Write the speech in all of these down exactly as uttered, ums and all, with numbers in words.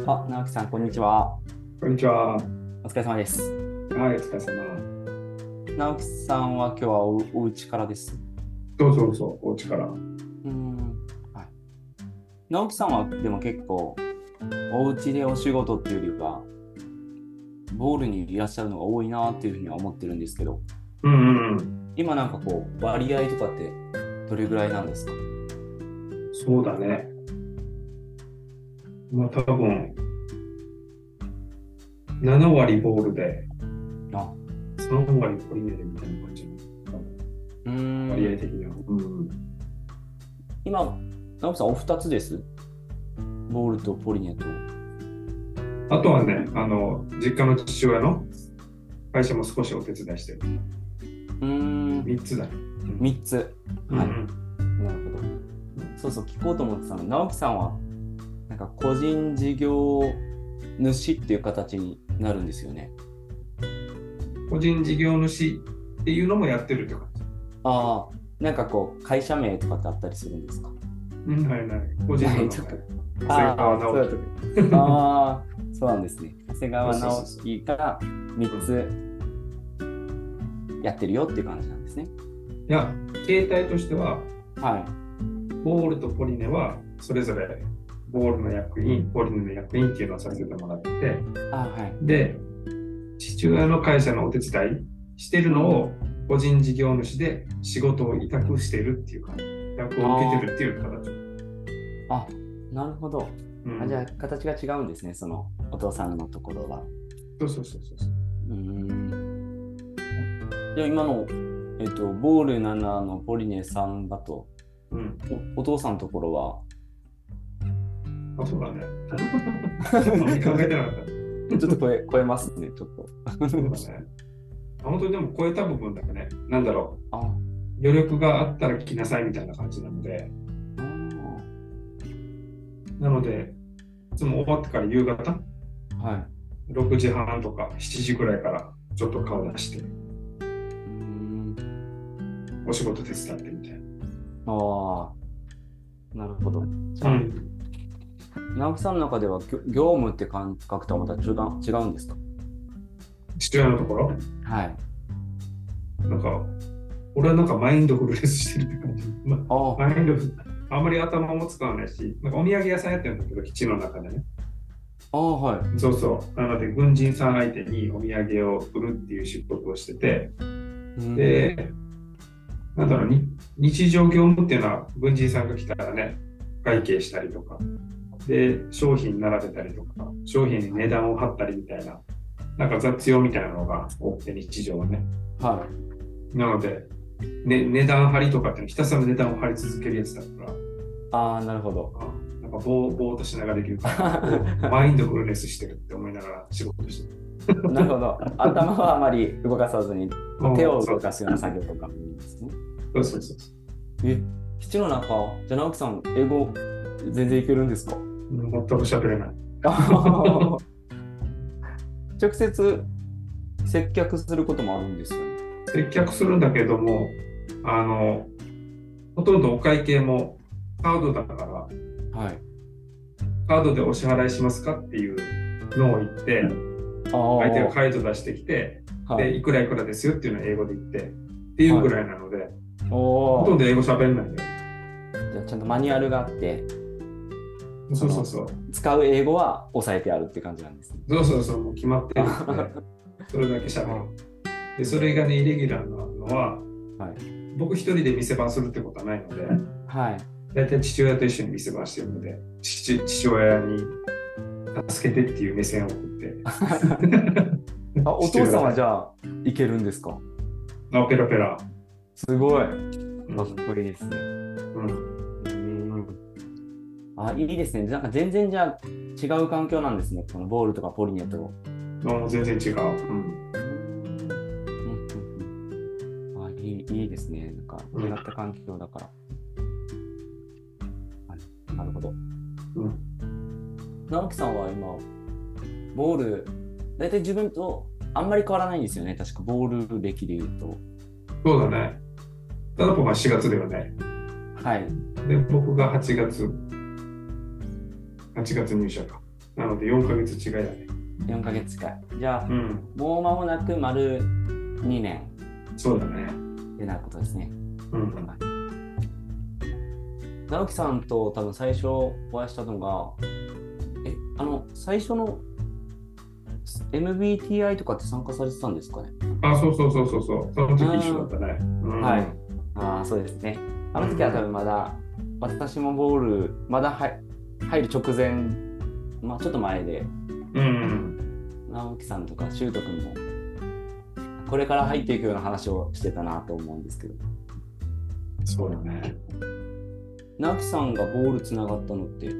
あ、直樹さん、こんにちは。 こんにちは。はお疲れ様です。 い、お疲れ様。 直樹さんは今日はお、お家からです。 そうそうそう、お家から。 うーん。はい。直樹さんはでも結構、お家でお仕事っていうよりは、ボールにいらっしゃるのが多いなっていうふうには思ってるんですけど、 うんうんうん。 今なんかこう、割合とかってどれぐらいなんですか？ そうだね。まあ多分、なな割ボールで、 あ、 さん割ポリネでみたいな感じの、 うーん。 割合的には。うん。 今、直樹さんお二つです。ボールとポリネと。 あとはね、あの、実家の父親の会社も少しお手伝いしてる。 うーん。 みっつだね。 みっつ。はい。 うんうん。 なるほど。そうそう、聞こうと思ってたの。直樹さんは、なんか個人事業主っていう形になるんですよね。 個人事業主っていうのもやってるって感じ。 ああ、なんかこう、会社名とかってあったりするんですか？ うん、ないない。個人の名前。 ないとか。 長谷ああ、そう川直樹。 だとか。ああ、そうなんですね。長谷川直そうそうそうそう。 樹がみっつやってるよっていう感じなんですね。 いや、形態としては、 はい。 ボールとポリネはそれぞれボールの役員、ポリネの役員っていうのをさせてもらってて、 ああ、はい。 で、父親の会社のお手伝いしてるのを個人事業主で仕事を委託してるっていう感じ、委託を受けてるっていう形。 あ、なるほど。 うん、 あ、じゃあ、形が違うんですね、そのお父さんのところは。 そうそうそうそうそう。 うーん。じゃあ、今の、えっと、ボールななのポリネさんだと、 うん、 お、お父さんのところは、 あ、そうだね。あんまり考えてなかった。 ちょっと超え、超えますね、ちょっと。 そうだね。本当にでも超えた部分だよね。なんだろあ、 う。余力があったら来なさいみたいな感じなので、 あなので、いつも終わってから夕方、 ー、はい。 ろくじはんとかしちじぐらいからちょっと顔出して、 うーん。 お仕事手伝ってみたいああ、なるほど。じな。 ゃあ、 うん。 直樹さんの中では業、業務って感覚とはまた違う、違うんですか？ 父親のところ、 はい。 なんか、俺はなんかマインドフルネスしてるって感じ。ま、 ああ、 マインドフル、あんまり頭も使わないし、なんかお土産屋さんやってるんだけど、基地の中でね。 ああ、はい。 そうそう。なので、軍人さん相手にお土産を売るっていう仕事をしてて、 うーん。 で、なんだろう、に日常業務っていうのは、軍人さんが来たらね、会計したりとか、で、商品並べたりとか、商品に値段を貼ったりみたいな、なんか雑用みたいなのが多くて、日常はね。 はなので、ね、値段張りとかっていうのひたすら値段を張り続けるやつだから、 い。ああ、なるほど。 あなんかぼーぼーっとしながらできるから、マインドフルネスしてるって思いながら仕事してる。 なるほど。頭はあまり動かさずに、手を動そうかすような作業とかもいいんですね。 そうそうそう。 え、基地の中、じゃあ直樹さん、英語全然いけるんですか？ 全く喋れない。 直接接客することもあるんですよね。 接客するんだけども、あの、ほとんどお会計もカードだから、 はい。 カードでお支払いしますかっていうのを言って、相手があカード出してきて、 あ、はで、 い。 いくらいくらですよっていうのを英語で言って、っていうぐらいなので、 おお。 ほとんど英語喋んないんだよ。 じゃあちゃんとマニュアルがあって、そのそうそうそう。 使う英語は抑えてあるって感じなんですね。 そうそうそう、もう決まってるので、それだけ喋る。で、それがね、イレギュラーなのは、 はい。 僕一人で店番するってことはないので、 はい。 大体父親と一緒に店番してるので、父、父親に助けてっていう目線を送って。 あ、お父さんはじゃあいけるんですか？ あ、ペラペラ。 すごい。 うんかっこいいですね。 うん。 うーん。あ、いいですね。なんか全然じゃあ違う環境なんですね。このボールとかポリネと。 もう全然違う。うん。 うーん。うんうんうん。あ、いい、いいですね。なんか違った環境だから。はい、なるほど。 うん。 直樹さんは今、ボール、大体自分とあんまり変わらないんですよね。確かボール歴で言うと。 そうだね。ただ僕はしがつだよね。 はい。 で、僕がはちがつ、はちがつ入社か。 なのでよんかげつ違いだね。 よんかげつ近い。じゃあ、 うん。 もう間もなく丸にねんそうだね。 でなることですね。 うん。 直樹さんと多分最初お会いしたのが、え、あの、最初の エムビーティーアイ とかって参加されてたんですかね。 あ、そうそうそうそうそう。その時一緒だったね。うん、 はい。ああ、そうですね。あの時は多分まだ、うん、私もボール、まだ入る直前、まあちょっと前で、 うん、 直樹さんとか修斗君も、これから入っていくような話をしてたなと思うんですけど。 そうだね。 直樹さんがボールつながったのって、うん、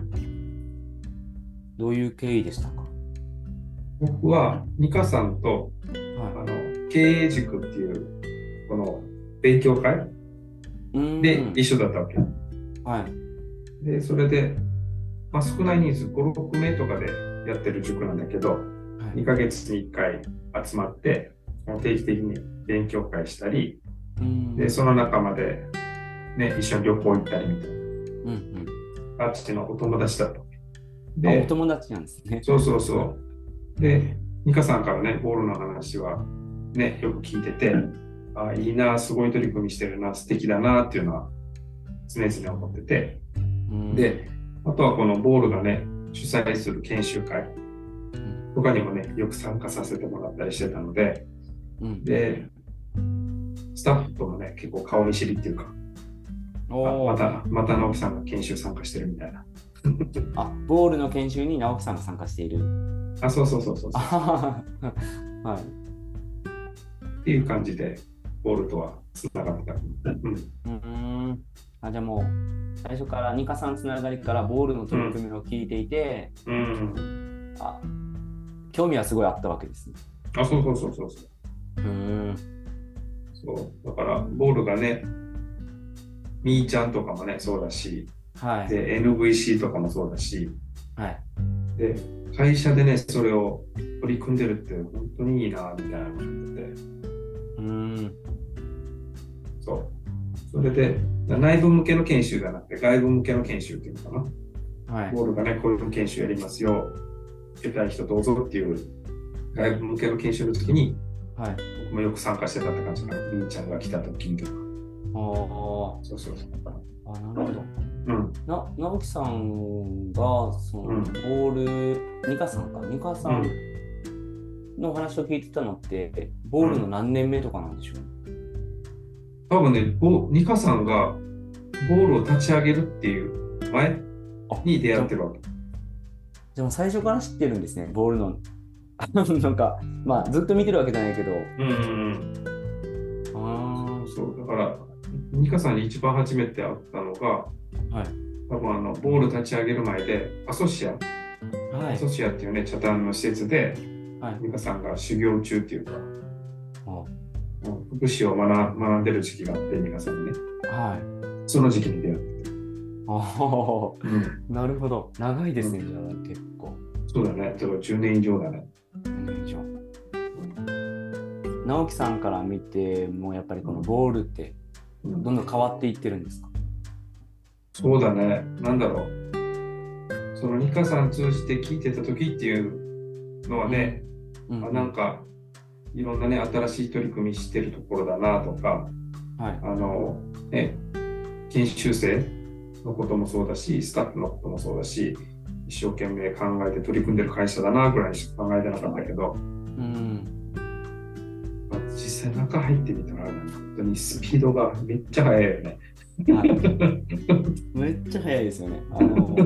どういう経緯でしたか？ 僕はニカさんと、はい、あの経営塾っていうこの勉強会で一緒だったわけ。 はい、 でそれで、まあ、少ない人数ご、ろくめいとかでやってる塾なんだけど、はい、にかげつにいっかい集まって定期的に勉強会したり、でその仲間で、ね、一緒に旅行行ったりみたいな、うんうん、あっちのお友達だったわけで。 お友達なんですね。 そうそうそう。で、ニカさんからね、ボールの話はね、よく聞いてて、あ、いいな、すごい取り組みしてるな、素敵だなっていうのは常々思ってて、うん、で、あとはこのボールがね、主催する研修会とかにもね、よく参加させてもらったりしてたので、うん、で、スタッフともね、結構顔見知りっていうか、あまた、また直樹さんが研修参加してるみたいな。 あ、ボールの研修に直樹さんが参加している。 あ、そうそうそうそうそう。 はい。 っていう感じで、ボールとはつながってた。うん。 うんあ、じゃあもう、最初からニカさんつながりからボールの取り組みを聞いていて、うん。あ、興味はすごいあったわけですね。 あ、そうそうそうそうそう。うん。そう。だから、ボールがね、みーちゃんとかもね、そうだし、はい、で エヌブイシー とかもそうだし、はい、で会社でねそれを取り組んでるって本当にいいなみたいなのを思ってて、うん、そうそれで内部向けの研修じゃなくて外部向けの研修っていうのかな、はい、ボールがねこういう研修やりますよ、受けたい人どうぞっていう外部向けの研修の時に、はい、僕もよく参加してたって感じかな。みーちゃんが来た時にとか。ああ、そうそうそう。 あ、なるほど。うん、な直樹さんがその、うん、ボールニカさんかニカさんのお話を聞いてたのって、うん、ボールの何年目とかなんでしょう、 多分ねボニカさんがボールを立ち上げるっていう前に出会ってるわけ。 でも最初から知ってるんですね、ボールのなんかまあずっと見てるわけじゃないけど、うんうんうん、あそうだからニカさんに一番初めて会ったのが、はい、多分あのボール立ち上げる前でアソシア、はい、アソシアっていうね茶壇の施設で、はい、ニカさんが修行中っていうか、はい、福祉を 学, 学んでる時期があってニカさんにね、はい、その時期に出会ってて、 あ、うん、なるほど、長いですね、うん、じゃあ結構。 そうだね、だからじゅうねん以上だね。 じゅうねん以上。直樹さんから見てもやっぱりこのボールってどんどん変わっていってるんですか？ そうだね、なんだろう、そのニカさん通じて聞いてた時っていうのはね、うんうん、あなんかいろんなね新しい取り組みしてるところだなとか、はい、あのね研修生のこともそうだしスタッフのこともそうだし一生懸命考えて取り組んでる会社だなぐらいしか考えてなかったけど、うんまあ、実際中入ってみたら本当にスピードがめっちゃ速いよね。 はい、めっちゃ早いですよね。あの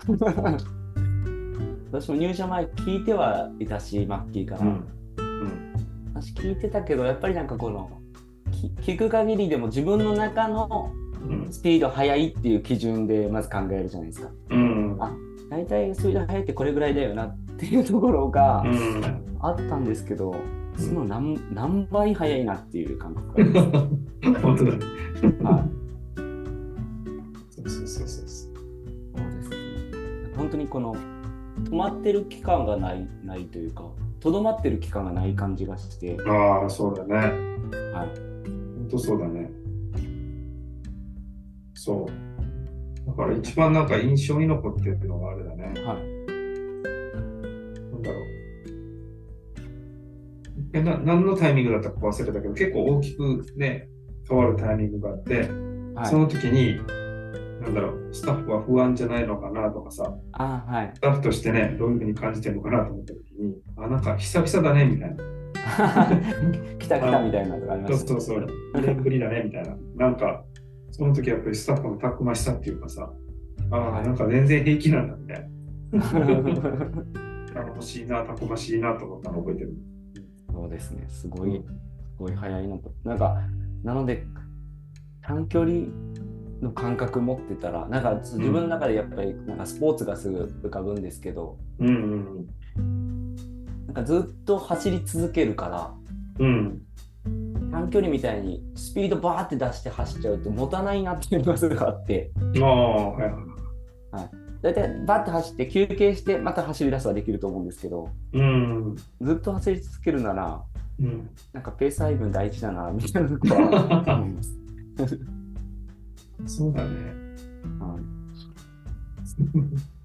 私も入社前聞いてはいたし、マッキーから、うんうん、私聞いてたけどやっぱりなんかこの聞く限りでも自分の中のスピード速いっていう基準でまず考えるじゃないですか、うん、あ、大体スピード速いってこれぐらいだよなっていうところがあったんですけど、うん、その 何, 何倍速いなっていう感覚があります。 本当だ、はい、 そうそうそうそうそうですね。本当にこの止まってる期間がない、ないというかとどまってる期間がない感じがして。 ああ、そうだね、はい、本当そうだね。そうだから一番なんか印象に残ってるのがあれだね、はい、 えな何のタイミングだったか忘れたけど、結構大きくね、変わるタイミングがあって、はい、その時に、なんだろう、スタッフは不安じゃないのかなとかさ、 あ、はい、 スタッフとしてね、どういうふうに感じてるのかなと思った時に、あ、なんか久々だねみたいな。 来た来たみたいなのがありました、 ね。そうそうそう、にねんぶりだねみたいな。なんか、その時やっぱりスタッフのたくましさっていうかさ、ああ、はい、なんか全然平気なんだみたいな。頼もしいな、たくましいなと思ったのを覚えてる。 そうですね、すごい、すごい早いなと。なんか、なので、短距離の感覚持ってたら、なんか自分の中でやっぱりなんかスポーツがすぐ浮かぶんですけど、 うんうんうん、 なんかずっと走り続けるから、 うん、 短距離みたいにスピードバーって出して走っちゃうと持たないなっていうのがすごいあって、 ああ、はいはい。 はい、だいたいバッて走って休憩してまた走り出すはできると思うんですけど、 うん、 ずっと走り続けるなら、うん、なんかペース配分大事だなみたいなことは思います。 そうだね。 はい